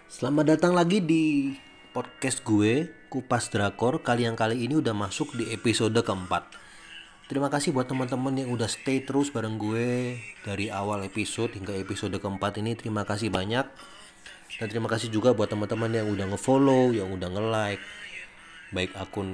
Selamat datang lagi di podcast gue, Kupas Drakor. Yang kali ini udah masuk di episode keempat. Terima kasih buat teman-teman yang udah stay terus bareng gue dari awal episode hingga episode keempat ini. Terima kasih banyak. Dan terima kasih juga buat teman-teman yang udah nge-follow, yang udah nge-like, baik akun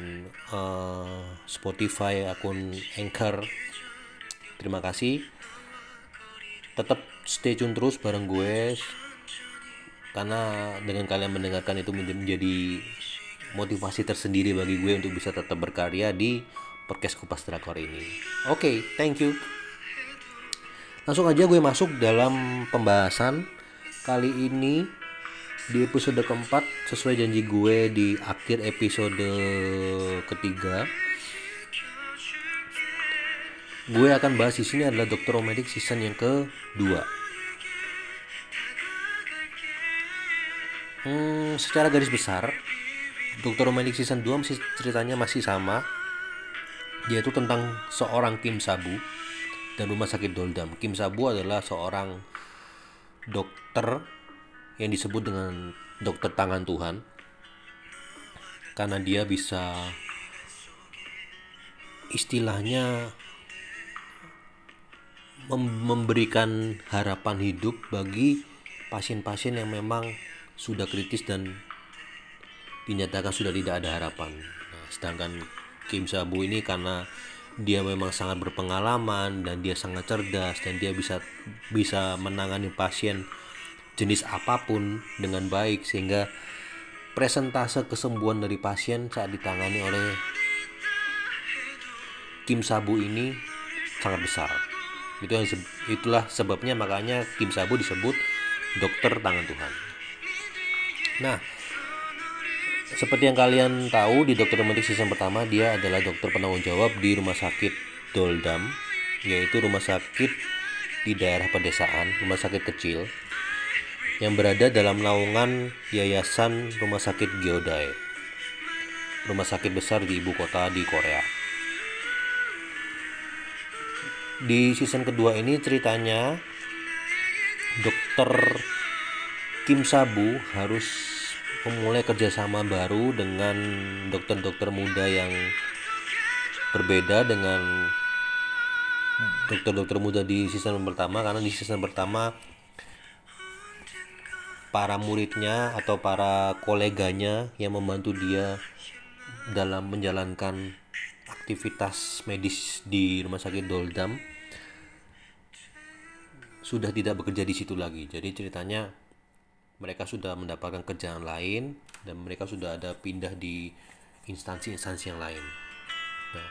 Spotify, akun Anchor. Terima kasih. Tetap stay tune terus bareng gue, karena dengan kalian mendengarkan itu menjadi motivasi tersendiri bagi gue untuk bisa tetap berkarya di podcast Kupas Drakor ini. Oke, thank you. Langsung aja gue masuk dalam pembahasan kali ini di episode keempat. Sesuai janji gue di akhir episode ketiga, gue akan bahas di sini adalah Dr. Romantic season yang kedua. Secara garis besar, Dr. Romantic season 2 ceritanya masih sama, yaitu tentang seorang Kim Sabu dan rumah sakit Doldam. Kim Sabu adalah seorang dokter yang disebut dengan dokter tangan Tuhan, karena dia bisa istilahnya memberikan harapan hidup bagi pasien-pasien yang memang sudah kritis dan dinyatakan sudah tidak ada harapan. Nah, sedangkan Kim Sabu ini karena dia memang sangat berpengalaman dan dia sangat cerdas dan dia bisa menangani pasien jenis apapun dengan baik, sehingga presentase kesembuhan dari pasien saat ditangani oleh Kim Sabu ini sangat besar. Itulah sebabnya makanya Kim Sabu disebut dokter tangan Tuhan. Nah, seperti yang kalian tahu, di Dr. Romantic season pertama dia adalah dokter penanggung jawab di rumah sakit Doldam, yaitu rumah sakit di daerah pedesaan, rumah sakit kecil yang berada dalam naungan Yayasan Rumah Sakit Gyodai, rumah sakit besar di ibu kota di Korea. Di season kedua ini ceritanya dokter Kim Sabu harus memulai kerjasama baru dengan dokter-dokter muda yang berbeda dengan dokter-dokter muda di season pertama, karena di season pertama para muridnya atau para koleganya yang membantu dia dalam menjalankan aktivitas medis di rumah sakit Doldam sudah tidak bekerja di situ lagi. Jadi ceritanya mereka sudah mendapatkan kerjaan lain dan mereka sudah ada pindah di instansi-instansi yang lain. Nah,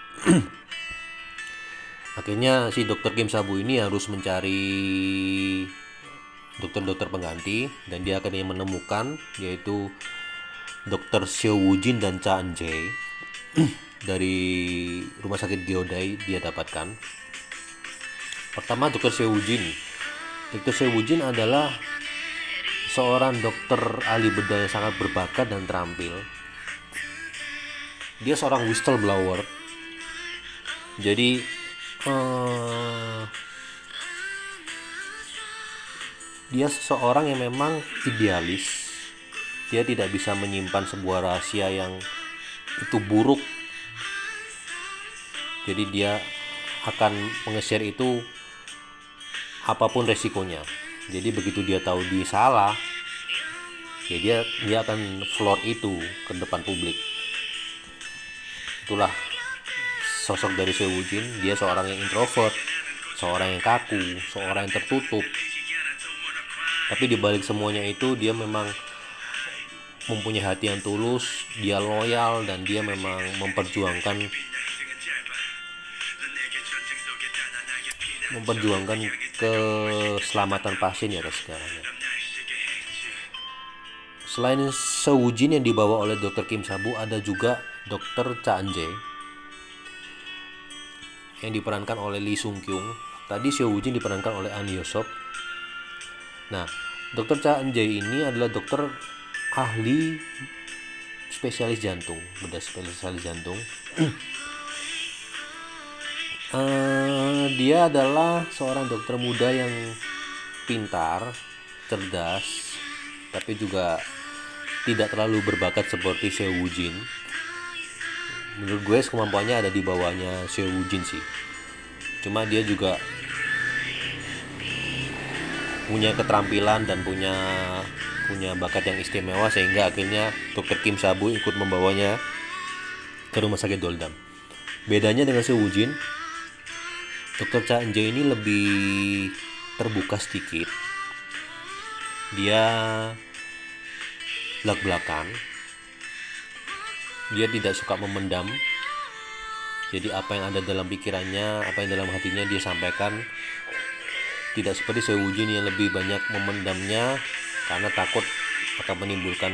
akhirnya si dokter Kim Sabu ini harus mencari dokter-dokter pengganti dan dia akhirnya menemukan, yaitu dokter Seo Woo-jin dan Cha Eun-jae dari rumah sakit Gyodai dia dapatkan. Pertama, dokter Seo Woo-jin. Dokter Seo Woo-jin adalah seorang dokter ahli bedah yang sangat berbakat dan terampil. Dia seorang whistleblower. Jadi dia seseorang yang memang idealis. Dia tidak bisa menyimpan sebuah rahasia yang itu buruk. Jadi dia akan menge-share itu apapun resikonya. Jadi begitu dia tahu dia salah, ya dia akan floor itu ke depan publik. Itulah sosok dari Seo Woo-jin. Dia seorang yang introvert, seorang yang kaku, seorang yang tertutup. Tapi di balik semuanya itu dia memang mempunyai hati yang tulus, dia loyal, dan dia memang memperjuangkan keselamatan pasien ya segalanya. Selain Seo Woo-jin yang dibawa oleh Dr. Kim Sabu, ada juga Dr. Cha Eun-jae yang diperankan oleh Lee Sung Kyung. Tadi Seo Woo-jin diperankan oleh An Hyo-sop. Nah, Dr. Cha Eun-jae ini adalah dokter ahli spesialis jantung, bedah spesialis jantung. Dia adalah seorang dokter muda yang pintar, cerdas, tapi juga tidak terlalu berbakat seperti Seo Woo Jin. Menurut gue kemampuannya ada di bawahnya Seo Woo Jin sih. Cuma dia juga punya keterampilan dan punya bakat yang istimewa, sehingga akhirnya Dr. Kim Sabu ikut membawanya ke rumah sakit Doldam. Bedanya dengan Seo Woo Jin, Dr. Cha Eun-jae ini lebih terbuka sedikit. Dia belak-belakan, dia tidak suka memendam. Jadi apa yang ada dalam pikirannya, apa yang dalam hatinya dia sampaikan. Tidak seperti Seo Woo Jin yang lebih banyak memendamnya karena takut akan menimbulkan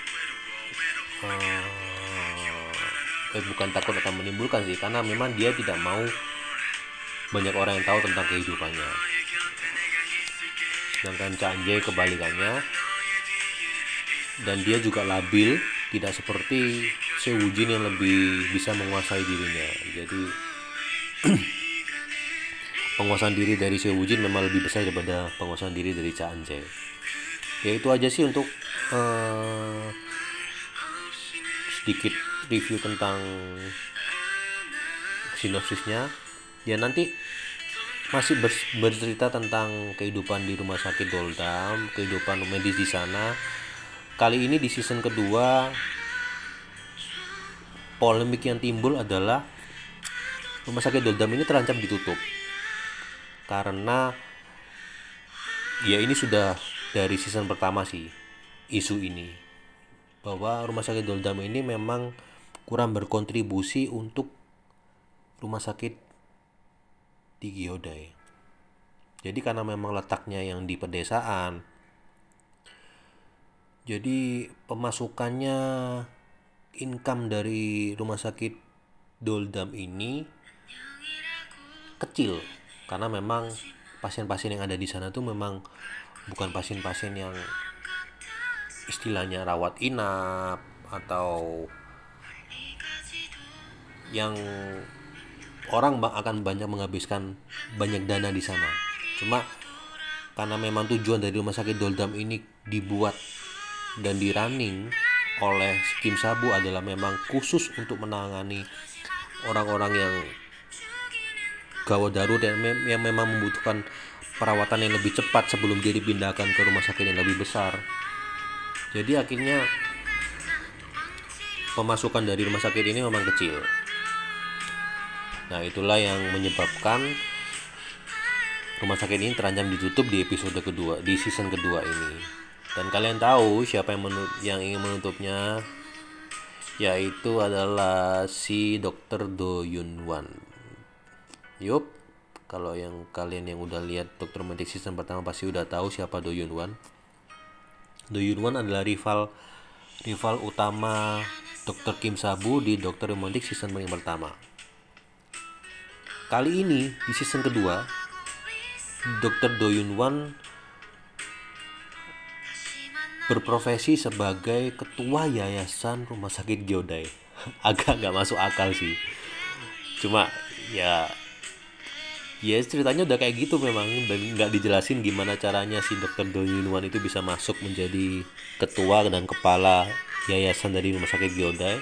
bukan takut akan menimbulkan sih, karena memang dia tidak mau banyak orang yang tahu tentang kehidupannya. Sedangkan Cha Eun-jae kebalikannya, dan dia juga labil, tidak seperti Seo Woo Jin yang lebih bisa menguasai dirinya. Jadi penguasaan diri dari Seo Woo Jin memang lebih besar daripada penguasaan diri dari Cha Eun-jae. Ya itu aja sih untuk sedikit review tentang sinopsisnya. Ya nanti masih bercerita tentang kehidupan di rumah sakit Doldam, kehidupan medis di sana. Kali ini di season kedua, polemik yang timbul adalah rumah sakit Doldam ini terancam ditutup. Karena ya ini sudah dari season pertama sih isu ini, bahwa rumah sakit Doldam ini memang kurang berkontribusi untuk rumah sakit di Gyodai. Jadi karena memang letaknya yang di pedesaan, jadi pemasukannya, income dari rumah sakit Doldam ini kecil, karena memang pasien-pasien yang ada di sana tuh memang bukan pasien-pasien yang istilahnya rawat inap atau yang orang akan banyak menghabiskan banyak dana di sana. Cuma karena memang tujuan dari rumah sakit Doldam ini dibuat dan dirunning oleh Kim Sabu adalah memang khusus untuk menangani orang-orang yang gawat darurat yang memang membutuhkan perawatan yang lebih cepat sebelum dia dipindahkan ke rumah sakit yang lebih besar. Jadi akhirnya pemasukan dari rumah sakit ini memang kecil. Nah itulah yang menyebabkan rumah sakit ini terancam ditutup di episode kedua, di season kedua ini. Dan kalian tahu siapa yang ingin menutupnya, yaitu adalah si Dr. Do Yoon Wan. Yup, kalau kalian yang udah lihat Dr. Romantic season pertama pasti udah tahu siapa Do Yoon Wan. Do Yoon Wan adalah rival utama Dr. Kim Sabu di Dr. Romantic season yang pertama. Kali ini di season kedua, Dr. Do Yoon Wan berprofesi sebagai ketua yayasan rumah sakit Gyodai. Agak nggak masuk akal sih. Cuma ya ceritanya udah kayak gitu memang, dan nggak dijelasin gimana caranya si Dr. Do Yoon Wan itu bisa masuk menjadi ketua dan kepala yayasan dari rumah sakit Gyodai.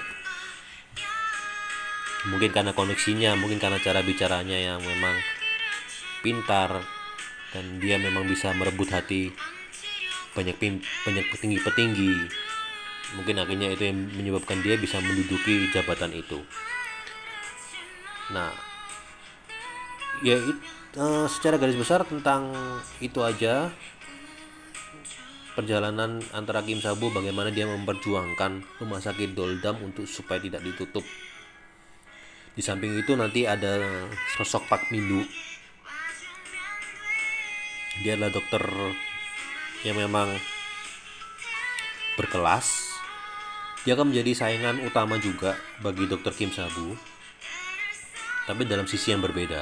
Mungkin karena koneksinya, mungkin karena cara bicaranya yang memang pintar, dan dia memang bisa merebut hati banyak petinggi-petinggi. Mungkin akhirnya itu yang menyebabkan dia bisa menduduki jabatan itu. Nah, ya secara garis besar tentang itu aja perjalanan antara Kim Sabu, bagaimana dia memperjuangkan rumah sakit Doldam untuk supaya tidak ditutup. Di samping itu nanti ada sosok Pak Mindu. Dia adalah dokter yang memang berkelas. Dia akan menjadi saingan utama juga bagi Dr. Kim Sabu, tapi dalam sisi yang berbeda.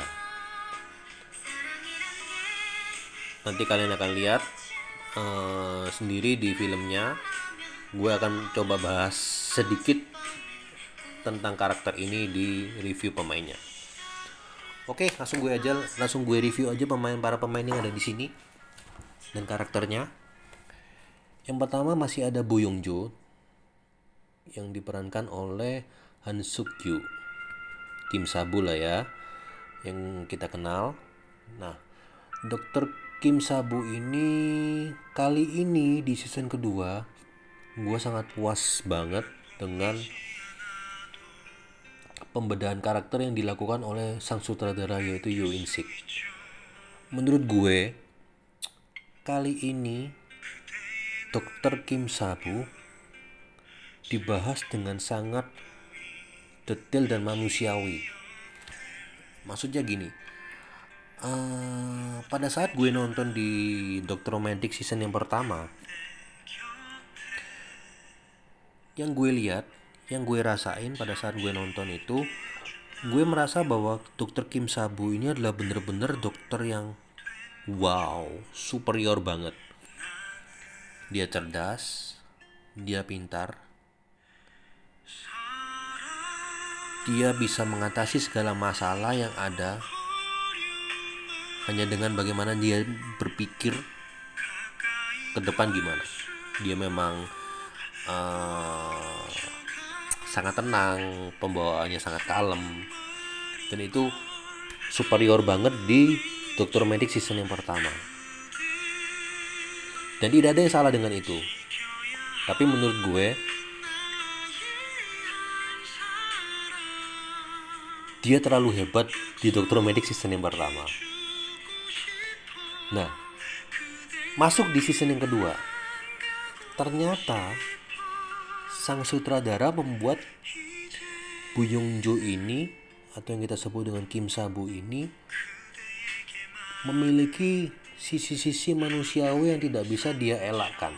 Nanti kalian akan lihat sendiri di filmnya. Gue akan coba bahas sedikit tentang karakter ini di review pemainnya. Oke, langsung gue review aja para pemain yang ada di sini dan karakternya. Yang pertama masih ada Bo Young Jo yang diperankan oleh Han Suk Kyu, Kim Sabu lah ya, yang kita kenal. Nah, Dokter Kim Sabu ini kali ini di season kedua gue sangat puas banget dengan pembedahan karakter yang dilakukan oleh sang sutradara yaitu Yoo In Sik. Menurut gue kali ini Dokter Kim Sabu dibahas dengan sangat detail dan manusiawi. Maksudnya gini, pada saat gue nonton di Dr. Romantic season yang pertama, yang gue lihat, yang gue rasain pada saat gue nonton itu, gue merasa bahwa Dr. Kim Sabu ini adalah bener-bener dokter yang wow, superior banget. Dia cerdas, dia pintar, dia bisa mengatasi segala masalah yang ada hanya dengan bagaimana dia berpikir ke depan gimana. Dia memang sangat tenang, pembawaannya sangat kalem, dan itu superior banget di Dr. Romantic season yang pertama. Dan tidak ada yang salah dengan itu. Tapi menurut gue dia terlalu hebat di Dr. Romantic season yang pertama. Nah, masuk di season yang kedua, ternyata sang sutradara membuat Bo Young Jo ini, atau yang kita sebut dengan Kim Sabu ini, memiliki sisi-sisi manusiawi yang tidak bisa dia elakkan.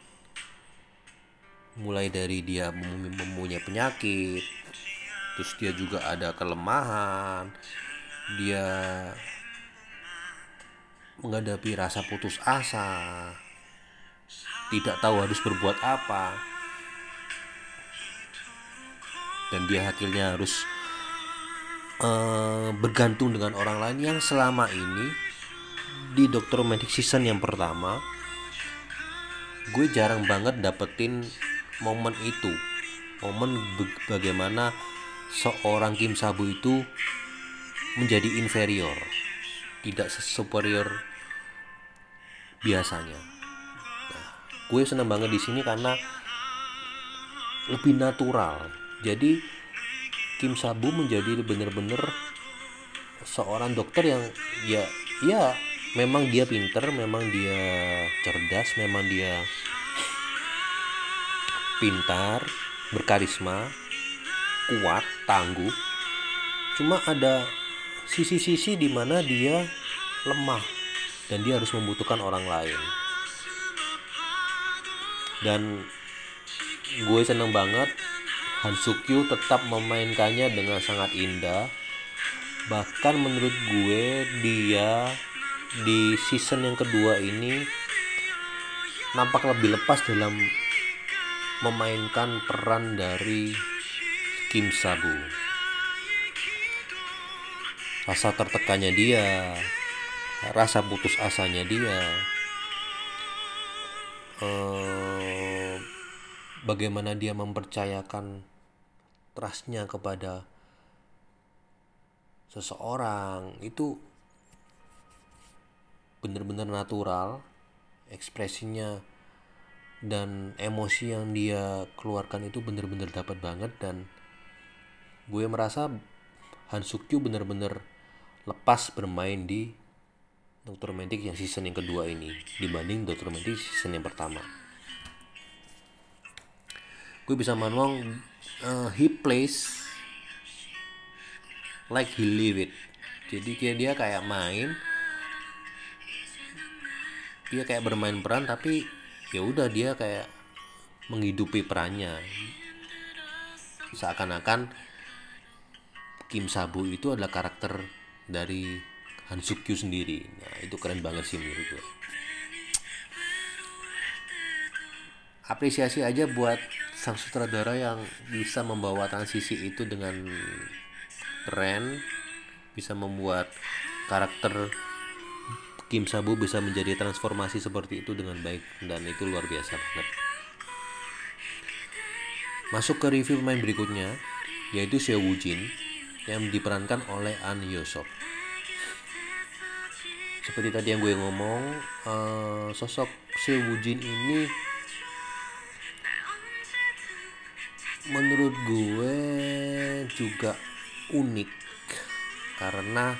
Mulai dari dia mempunyai penyakit, terus dia juga ada kelemahan, dia menghadapi rasa putus asa, tidak tahu harus berbuat apa, dan dia akhirnya harus bergantung dengan orang lain yang selama ini di Dr. Romantic season yang pertama gue jarang banget dapetin momen itu, momen bagaimana seorang Kim Sabu itu menjadi inferior, tidak superior biasanya. Nah, gue senang banget di sini karena lebih natural. Jadi Kim Sabu menjadi benar-benar seorang dokter yang ya memang dia pinter, memang dia cerdas, memang dia pintar, berkarisma, kuat, tangguh. Cuma ada sisi-sisi di mana dia lemah dan dia harus membutuhkan orang lain. Dan gue seneng banget Han Suk Kyu tetap memainkannya dengan sangat indah. Bahkan menurut gue dia di season yang kedua ini nampak lebih lepas dalam memainkan peran dari Kim Sabu. Rasa tertekannya dia, rasa putus asanya dia, bagaimana dia mempercayakan trustnya kepada seseorang, itu benar-benar natural. Ekspresinya dan emosi yang dia keluarkan itu benar-benar dapat banget. Dan gue merasa Han Suk Kyu benar-benar lepas bermain di Dr. Romantic yang season yang kedua ini dibanding Dr. Romantic season yang pertama. Gue bisa ngomong he plays like he live it. Jadi dia kayak main, dia kayak bermain peran, tapi ya udah dia kayak menghidupi perannya. Seakan-akan Kim Sabu itu adalah karakter dari Han Suk Kyu sendiri. Nah, itu keren banget sih menurut gue. Apresiasi aja buat sang sutradara yang bisa membawa transisi itu dengan keren, bisa membuat karakter Kim Sabu bisa menjadi transformasi seperti itu dengan baik, dan itu luar biasa banget. Masuk ke review pemain berikutnya, yaitu Seo Woo-jin yang diperankan oleh An Hyo-seok. Seperti tadi yang gue ngomong, sosok Seo Woo-jin ini menurut gue juga unik karena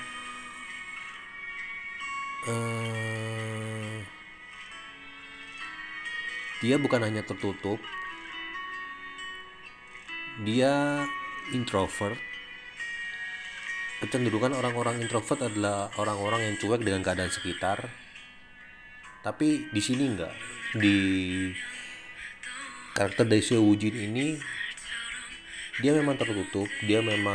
dia bukan hanya tertutup, dia introvert. Kecenderungan orang-orang introvert adalah orang-orang yang cuek dengan keadaan sekitar. Tapi di sini enggak. Di karakter dari Seo Woo-jin ini, dia memang tertutup, dia memang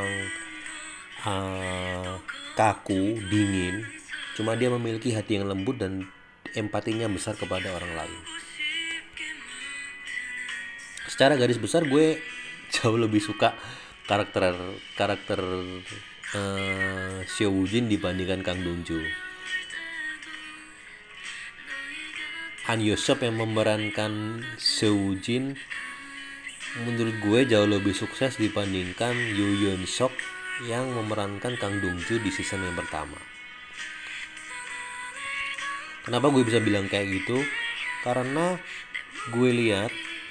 kaku, dingin. Cuma dia memiliki hati yang lembut dan empatinya besar kepada orang lain. Secara garis besar gue jauh lebih suka karakter Seo Woo-jin dibandingkan Kang Dong-joo. An Hyo-seok yang memerankan Seo Woo-jin menurut gue jauh lebih sukses dibandingkan Yoo Yeon-seok yang memerankan Kang Dong-joo di season yang pertama. Kenapa gue bisa bilang kayak gitu? Karena gue lihat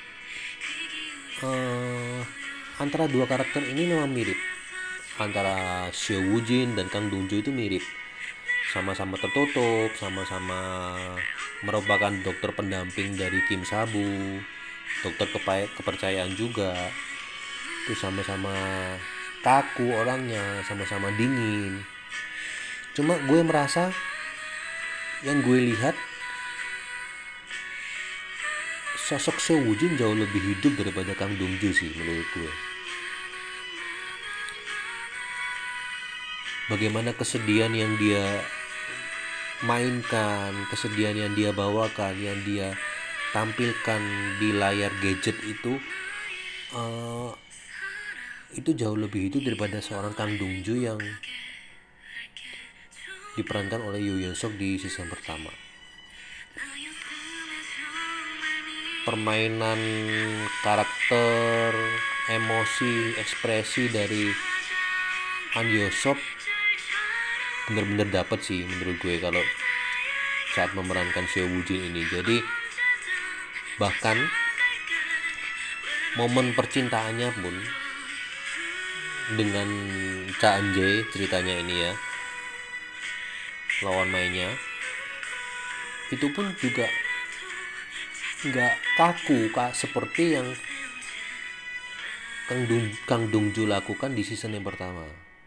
antara dua karakter ini memang mirip. Antara Seo Woo-jin dan Kang Dong-joo itu mirip. Sama-sama tertutup, sama-sama merupakan dokter pendamping dari Kim Sabu, dokter kepercayaan juga. Terus sama-sama kaku orangnya, sama-sama dingin. Cuma gue merasa yang gue lihat sosok Seo Woo-jin jauh lebih hidup daripada Kang Dong-joo sih menurut gue. Bagaimana kesedihan yang dia mainkan, kesedihan yang dia bawakan, yang dia tampilkan di layar gadget itu jauh lebih hidup daripada seorang Kang Dong-joo yang diperankan oleh Yoo Yeon-seok di season pertama. Permainan karakter, emosi, ekspresi dari An Hyo-seok bener-bener dapet sih menurut gue kalau saat memerankan Seo Woo-jin ini. Jadi bahkan momen percintaannya pun dengan Cha Eun-jae, ceritanya ini ya, lawan mainnya, itu pun juga nggak kaku seperti yang Kang Dong-joo lakukan di season yang pertama.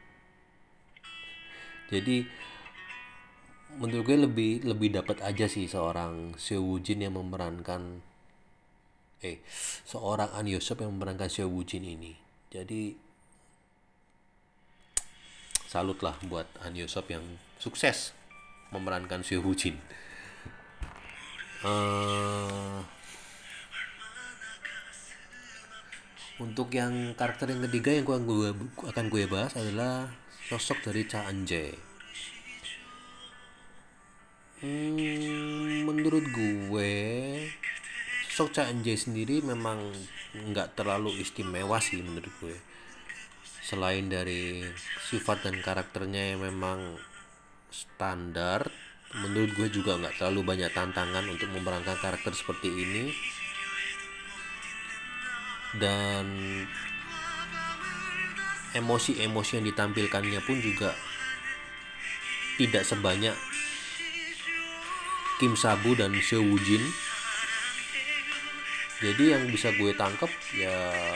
Jadi menurut gue lebih dapat aja sih seorang Seo Woo-jin yang memerankan seorang An Hyo-seok yang memerankan Seo Woo-jin ini. Jadi salut lah buat An Hyo-seok yang sukses memerankan Seo Woo-jin. Untuk yang karakter yang ketiga yang akan gue bahas adalah sosok dari Cha Eun-jae. Menurut gue sosok Cha Eun-jae sendiri memang nggak terlalu istimewa sih menurut gue. Selain dari sifat dan karakternya yang memang standar, menurut gue juga nggak terlalu banyak tantangan untuk memerankan karakter seperti ini. Dan emosi-emosi yang ditampilkannya pun juga tidak sebanyak Kim Sabu dan Seo Woo-jin. Jadi yang bisa gue tangkap ya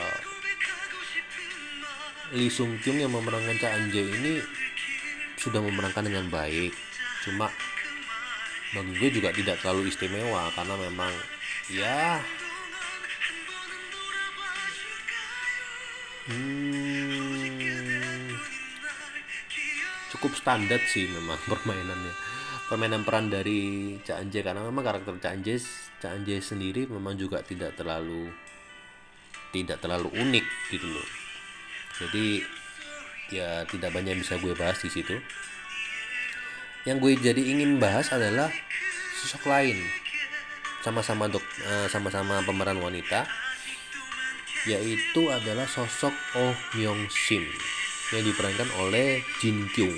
Lee Sung Kyung yang memerankan Cha Eun-jae ini sudah memerankan dengan baik. Cuma bagi gue juga tidak terlalu istimewa karena memang ya cukup standar sih memang permainan peran dari Cha Eun-jae, karena memang karakter Cha Eun-jae sendiri memang juga tidak terlalu unik gitu loh. Jadi ya tidak banyak yang bisa gue bahas di situ. Yang gue jadi ingin bahas adalah sosok lain, sama-sama pemeran wanita, yaitu adalah sosok Oh Myung Sim yang diperankan oleh Jin Kyung.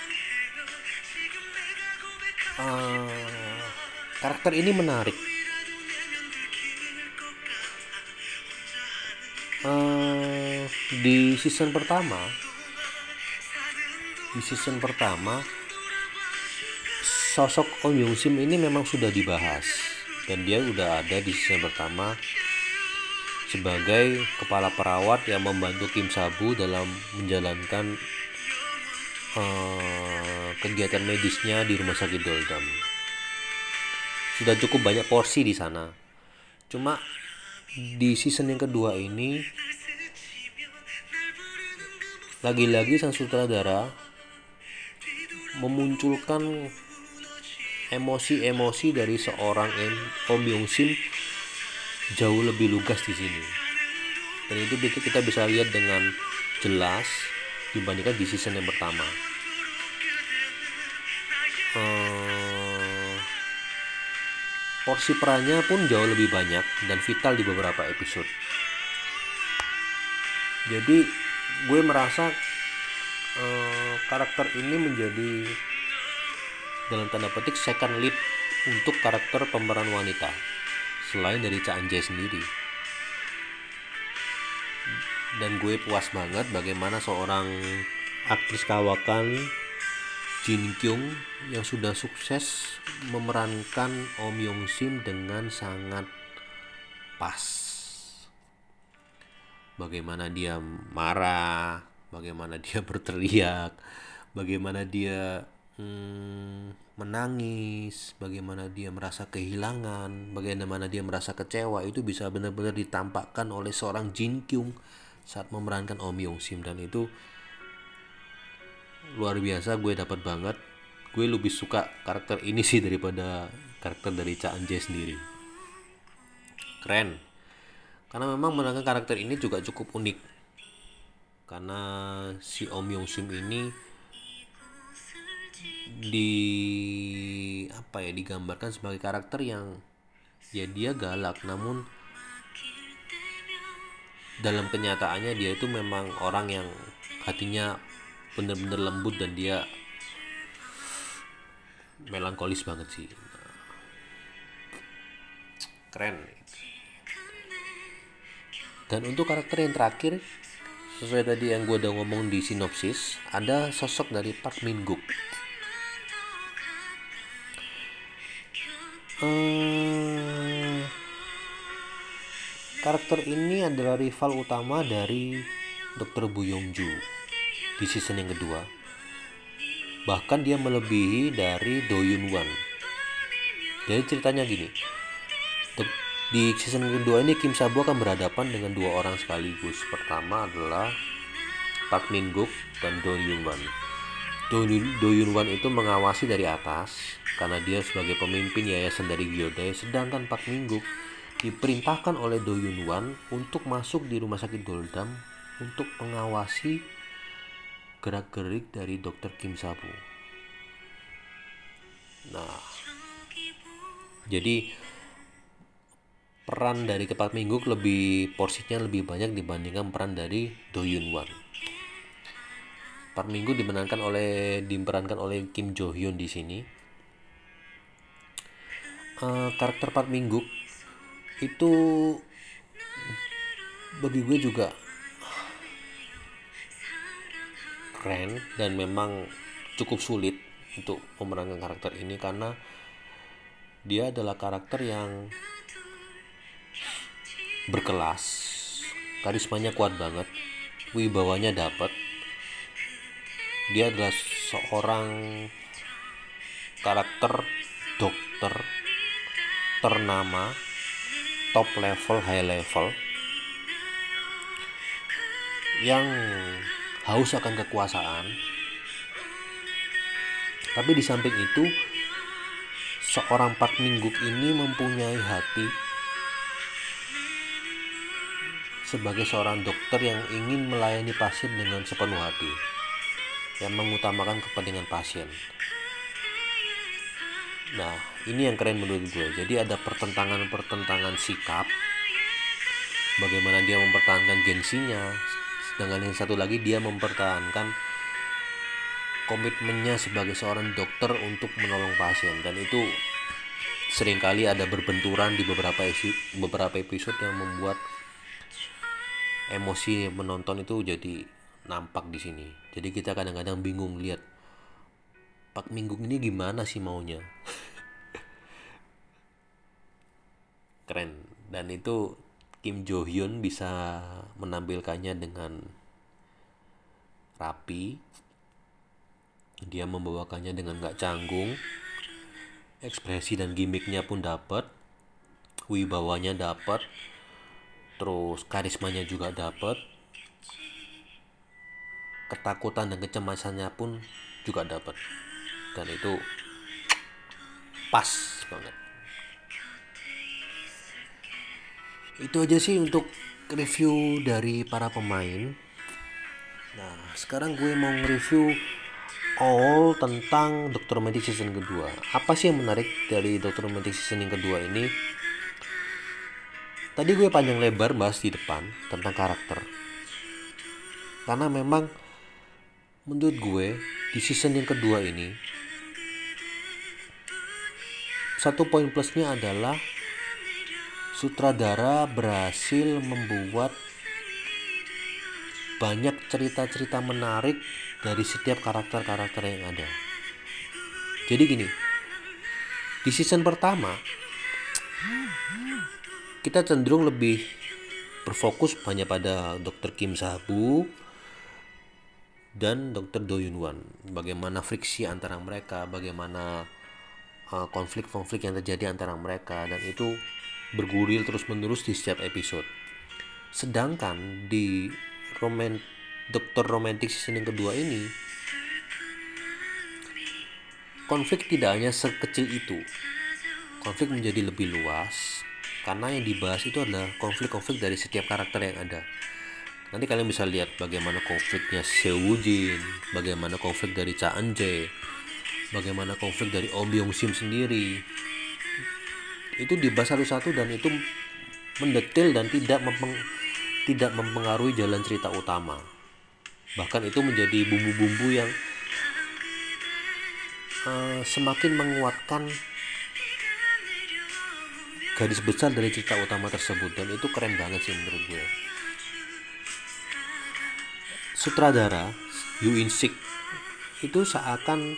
Karakter ini menarik. Di season pertama sosok Oh Myung Sim ini memang sudah dibahas, dan dia udah ada di season pertama sebagai kepala perawat yang membantu Kim Sabu dalam menjalankan kegiatan medisnya di rumah sakit Doldam. Sudah cukup banyak porsi di sana. Cuma di season yang kedua ini lagi-lagi sang sutradara memunculkan emosi-emosi dari seorang Oh Myung Sim jauh lebih lugas di sini, dan itu kita bisa lihat dengan jelas dibandingkan di season yang pertama. Porsi perannya pun jauh lebih banyak dan vital di beberapa episode. Jadi gue merasa karakter ini menjadi dalam tanda petik second lead untuk karakter pemeran wanita selain dari Cha Eun-jae sendiri. Dan gue puas banget bagaimana seorang aktris kawakan Jin Kyung yang sudah sukses memerankan Oh Myung Sim dengan sangat pas. Bagaimana dia marah, bagaimana dia berteriak, bagaimana dia menangis, bagaimana dia merasa kehilangan, bagaimana dia merasa kecewa, itu bisa benar-benar ditampakkan oleh seorang Jin Kyung saat memerankan Oh Myung Sim, dan itu luar biasa. Gue dapat banget. Gue lebih suka karakter ini sih daripada karakter dari Cha Eun-jae sendiri. Keren. Karena memang memerankan karakter ini juga cukup unik. Karena si Oh Myung Sim ini digambarkan sebagai karakter yang ya dia galak, namun dalam kenyataannya dia itu memang orang yang hatinya bener-bener lembut dan dia melankolis banget sih. Keren. Dan untuk karakter yang terakhir, sesuai tadi yang gue udah ngomong di sinopsis, ada sosok dari Park Min Guk. Karakter ini adalah rival utama dari Dr. Bu Yong Ju di season yang kedua. Bahkan dia melebihi dari Do Yun Wan. Jadi ceritanya gini, di season kedua ini Kim Sabu akan berhadapan dengan dua orang sekaligus. Pertama adalah Park Min Guk dan Do Yun Wan. Do Yun Wan itu mengawasi dari atas karena dia sebagai pemimpin yayasan dari Gyodai, sedangkan Park Min Guk diperintahkan oleh Do Yun Wan untuk masuk di rumah sakit Doldam untuk mengawasi gerak-gerik dari Dr. Kim Sabu. Nah, jadi peran dari Park Min Guk porsinya lebih banyak dibandingkan peran dari Do Yun Wan. Park Min Guk diperankan oleh Kim Jo Hyun di sini. Karakter Park Min Guk itu bagi gue juga keren dan memang cukup sulit untuk memerankan karakter ini karena dia adalah karakter yang berkelas, karismanya kuat banget, wibawanya dapat. Dia adalah seorang karakter dokter ternama, top level, high level, yang haus akan kekuasaan. Tapi di samping itu, seorang Park Min Guk ini mempunyai hati sebagai seorang dokter yang ingin melayani pasien dengan sepenuh hati, yang mengutamakan kepentingan pasien. Nah, ini yang keren menurut gue. Jadi ada pertentangan sikap, bagaimana dia mempertahankan gengsinya, sedangkan yang satu lagi dia mempertahankan komitmennya sebagai seorang dokter untuk menolong pasien. Dan itu seringkali ada berbenturan di beberapa episode yang membuat emosi menonton itu jadi nampak di sini. Jadi kita kadang-kadang bingung lihat Pak Minggung ini gimana sih maunya. Keren. Dan itu Kim Jo Hyun bisa menampilkannya dengan rapi. Dia membawakannya dengan gak canggung. Ekspresi dan gimmicknya pun dapat, wibawanya dapat, terus karismanya juga dapat, ketakutan dan kecemasannya pun juga dapat. Dan itu pas banget. Itu aja sih untuk review dari para pemain. Nah, sekarang gue mau nge-review all tentang Dr. Romantic season kedua. Apa sih yang menarik dari Dr. Romantic season yang kedua ini? Tadi gue panjang lebar bahas di depan tentang karakter. Karena memang menurut gue di season yang kedua ini satu poin plusnya adalah sutradara berhasil membuat banyak cerita-cerita menarik dari setiap karakter-karakter yang ada. Jadi gini, di season pertama kita cenderung lebih berfokus hanya pada Dr. Kim Sa-bu dan Dr. Do Yun Wan. Bagaimana friksi antara mereka, bagaimana konflik-konflik yang terjadi antara mereka, dan itu bergulir terus-menerus di setiap episode. Sedangkan di Dr. Romantic season yang kedua ini, konflik tidak hanya sekecil itu. Konflik menjadi lebih luas karena yang dibahas itu adalah konflik-konflik dari setiap karakter yang ada. Nanti kalian bisa lihat bagaimana konfliknya Seo Woo Jin, bagaimana konflik dari Cha Eun Jae, bagaimana konflik dari Oh Byung Sim sendiri. Itu dibahas satu-satu dan itu mendetail dan tidak mempengaruhi jalan cerita utama. Bahkan itu menjadi bumbu-bumbu yang semakin menguatkan garis besar dari cerita utama tersebut. Dan itu keren banget sih menurut gue. Sutradara Yoo In-sik itu seakan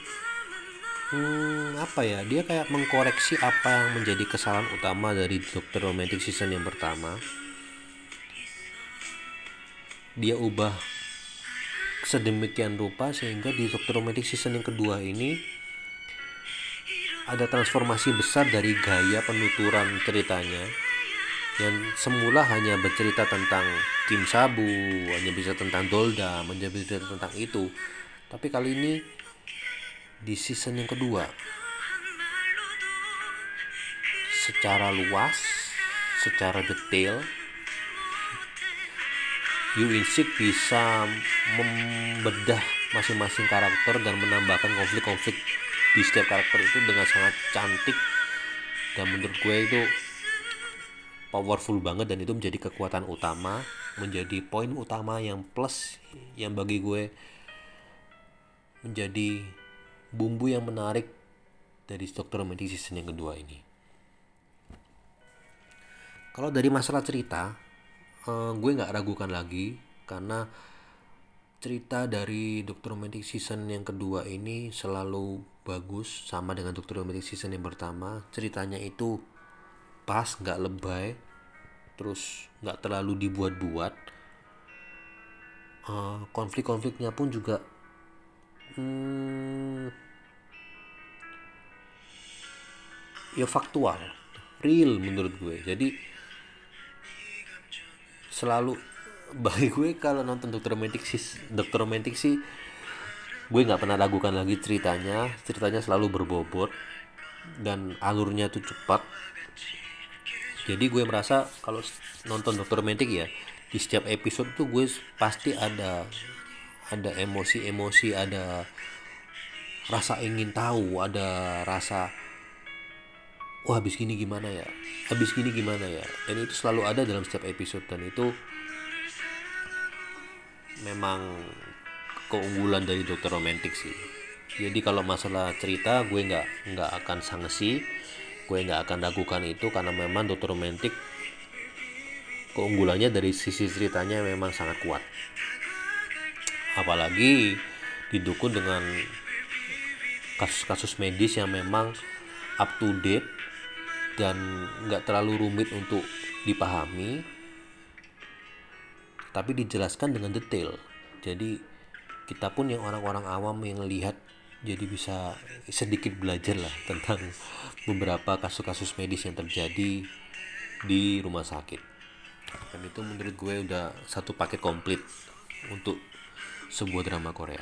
dia kayak mengkoreksi apa yang menjadi kesalahan utama dari Dr. Romantic season yang pertama. Dia ubah sedemikian rupa sehingga di Dr. Romantic season yang kedua ini ada transformasi besar dari gaya penuturan ceritanya yang semula hanya bercerita tentang Kim Sa-bu, hanya bisa tentang Dolda, hanya bisa tentang itu. Tapi kali ini di season yang kedua secara luas, secara detail, Yoo In-sik bisa membedah masing-masing karakter dan menambahkan konflik-konflik di setiap karakter itu dengan sangat cantik. Dan menurut gue itu powerful banget, dan itu menjadi kekuatan utama, menjadi poin utama yang plus yang bagi gue menjadi bumbu yang menarik dari Dr. Romantic season yang kedua ini. Kalau dari masalah cerita, gue gak ragukan lagi karena cerita dari Dr. Romantic season yang kedua ini selalu bagus, sama dengan Dr. Romantic season yang pertama. Ceritanya itu pas, gak lebay, terus gak terlalu dibuat-buat. Konflik-konfliknya pun juga ya faktual, real menurut gue. Jadi selalu bagi gue kalau nonton Dr. Romantic sih gue nggak pernah ragukan lagi ceritanya selalu berbobot dan alurnya tuh cepat. Jadi gue merasa kalau nonton Dr. Romantic ya, di setiap episode tuh gue pasti ada emosi-emosi, ada rasa ingin tahu, ada rasa wah habis gini gimana ya, habis gini gimana ya, dan itu selalu ada dalam setiap episode. Dan itu memang keunggulan dari Dokter Romantik sih. Jadi kalau masalah cerita gue nggak akan sangsi, gue nggak akan ragukan itu, karena memang Dokter Romantik keunggulannya dari sisi ceritanya memang sangat kuat, apalagi didukung dengan kasus-kasus medis yang memang up to date dan nggak terlalu rumit untuk dipahami, tapi dijelaskan dengan detail. Jadi kita pun yang orang-orang awam yang lihat jadi bisa sedikit belajar lah tentang beberapa kasus-kasus medis yang terjadi di rumah sakit. Dan itu menurut gue udah satu paket komplit untuk sebuah drama Korea.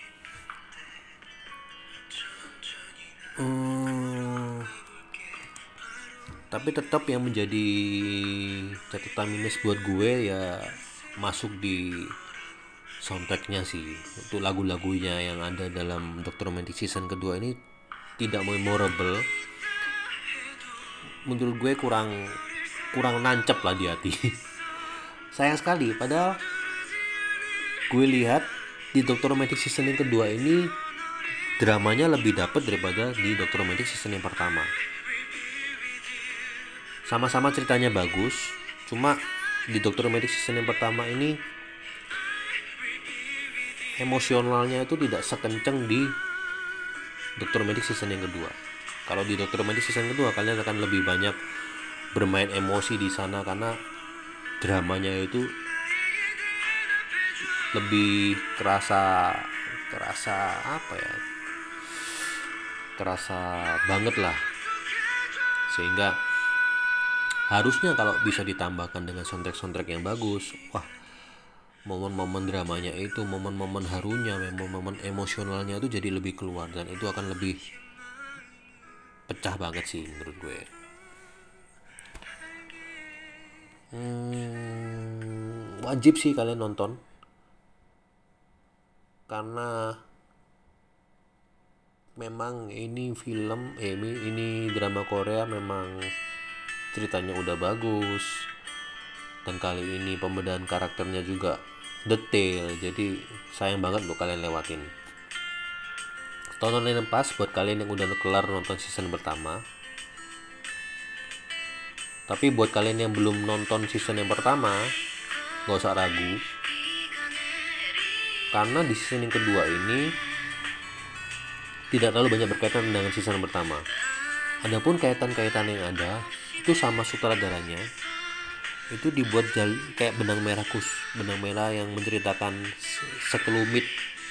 Tapi tetap yang menjadi catatan minus buat gue ya masuk di soundtracknya sih. Untuk lagu-lagunya yang ada dalam Dokter Romantik season kedua ini tidak memorable. Menurut gue kurang nancep lah di hati. Sayang sekali, padahal gue lihat di Dokter Romantik season yang kedua ini dramanya lebih dapet daripada di Dokter Romantik season yang pertama. Sama-sama ceritanya bagus, cuma di Dokter Romantik season yang pertama ini emosionalnya itu tidak sekenceng di Dokter Romantik season yang kedua. Kalau di Dokter Romantik season kedua kalian akan lebih banyak bermain emosi di sana, karena dramanya itu lebih kerasa apa ya, kerasa banget lah. Sehingga harusnya kalau bisa ditambahkan dengan soundtrack yang bagus, wah, momen-momen dramanya itu, momen-momen harunya, momen-momen emosionalnya itu jadi lebih keluar, dan itu akan lebih pecah banget sih menurut gue. Wajib sih kalian nonton, karena memang ini film ini drama Korea memang ceritanya udah bagus, dan kali ini pembedahan karakternya juga detail. Jadi sayang banget lo kalian lewatin. Tonton yang pas buat kalian yang udah kelar nonton season pertama. Tapi buat kalian yang belum nonton season yang pertama, gak usah ragu, karena di season yang kedua ini tidak terlalu banyak berkaitan dengan season pertama. Adapun kaitan-kaitan yang ada itu sama sutradaranya, itu dibuat kayak benang merah yang menceritakan sekelumit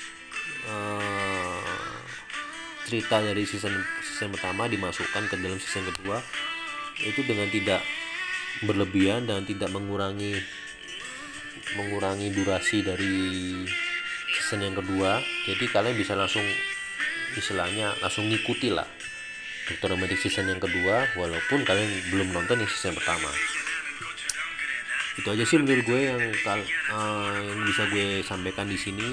cerita dari season pertama dimasukkan ke dalam season kedua, itu dengan tidak berlebihan dan tidak mengurangi durasi dari season yang kedua. Jadi kalian bisa langsung ngikuti lah Dokter Romantik season yang kedua walaupun kalian belum nonton yang season pertama. Itu aja sih menurut gue yang bisa gue sampaikan di sini.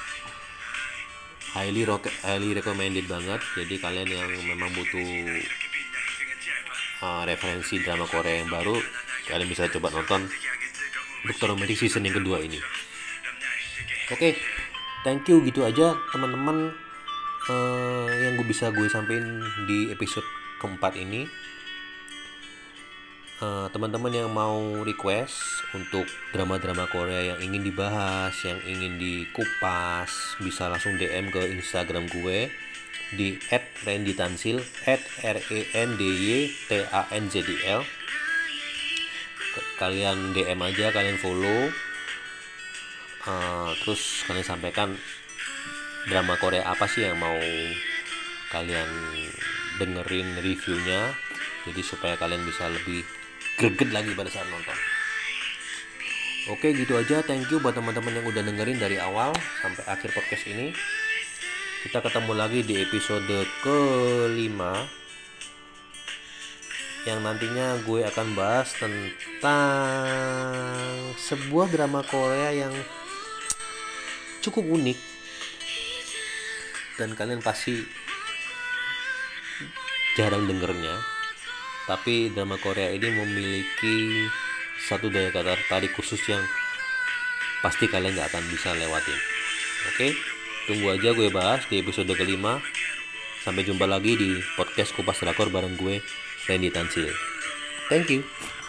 Highly recommended banget. Jadi kalian yang memang butuh referensi drama Korea yang baru, kalian bisa coba nonton Dokter Romantik season yang kedua ini. Oke, thank you, gitu aja teman-teman yang gue sampaikan di episode keempat ini. Teman-teman yang mau request untuk drama-drama Korea yang ingin dibahas, yang ingin dikupas, bisa langsung DM ke Instagram gue di @randytanzil @rendytanzil. Kalian DM aja, kalian follow, terus kalian sampaikan drama Korea apa sih yang mau kalian dengerin reviewnya, jadi supaya kalian bisa lebih greget lagi pada saat nonton. Oke, gitu aja. Thank you buat teman-teman yang udah dengerin dari awal sampai akhir podcast ini. Kita ketemu lagi di episode ke-5 yang nantinya gue akan bahas tentang sebuah drama Korea yang cukup unik dan kalian pasti jarang dengernya. Tapi drama Korea ini memiliki satu daya tarik khusus yang pasti kalian gak akan bisa lewatin. Oke, tunggu aja gue bahas di episode kelima. Sampai jumpa lagi di podcast Kupas Drakor bareng gue, Randy Tansil. Thank you.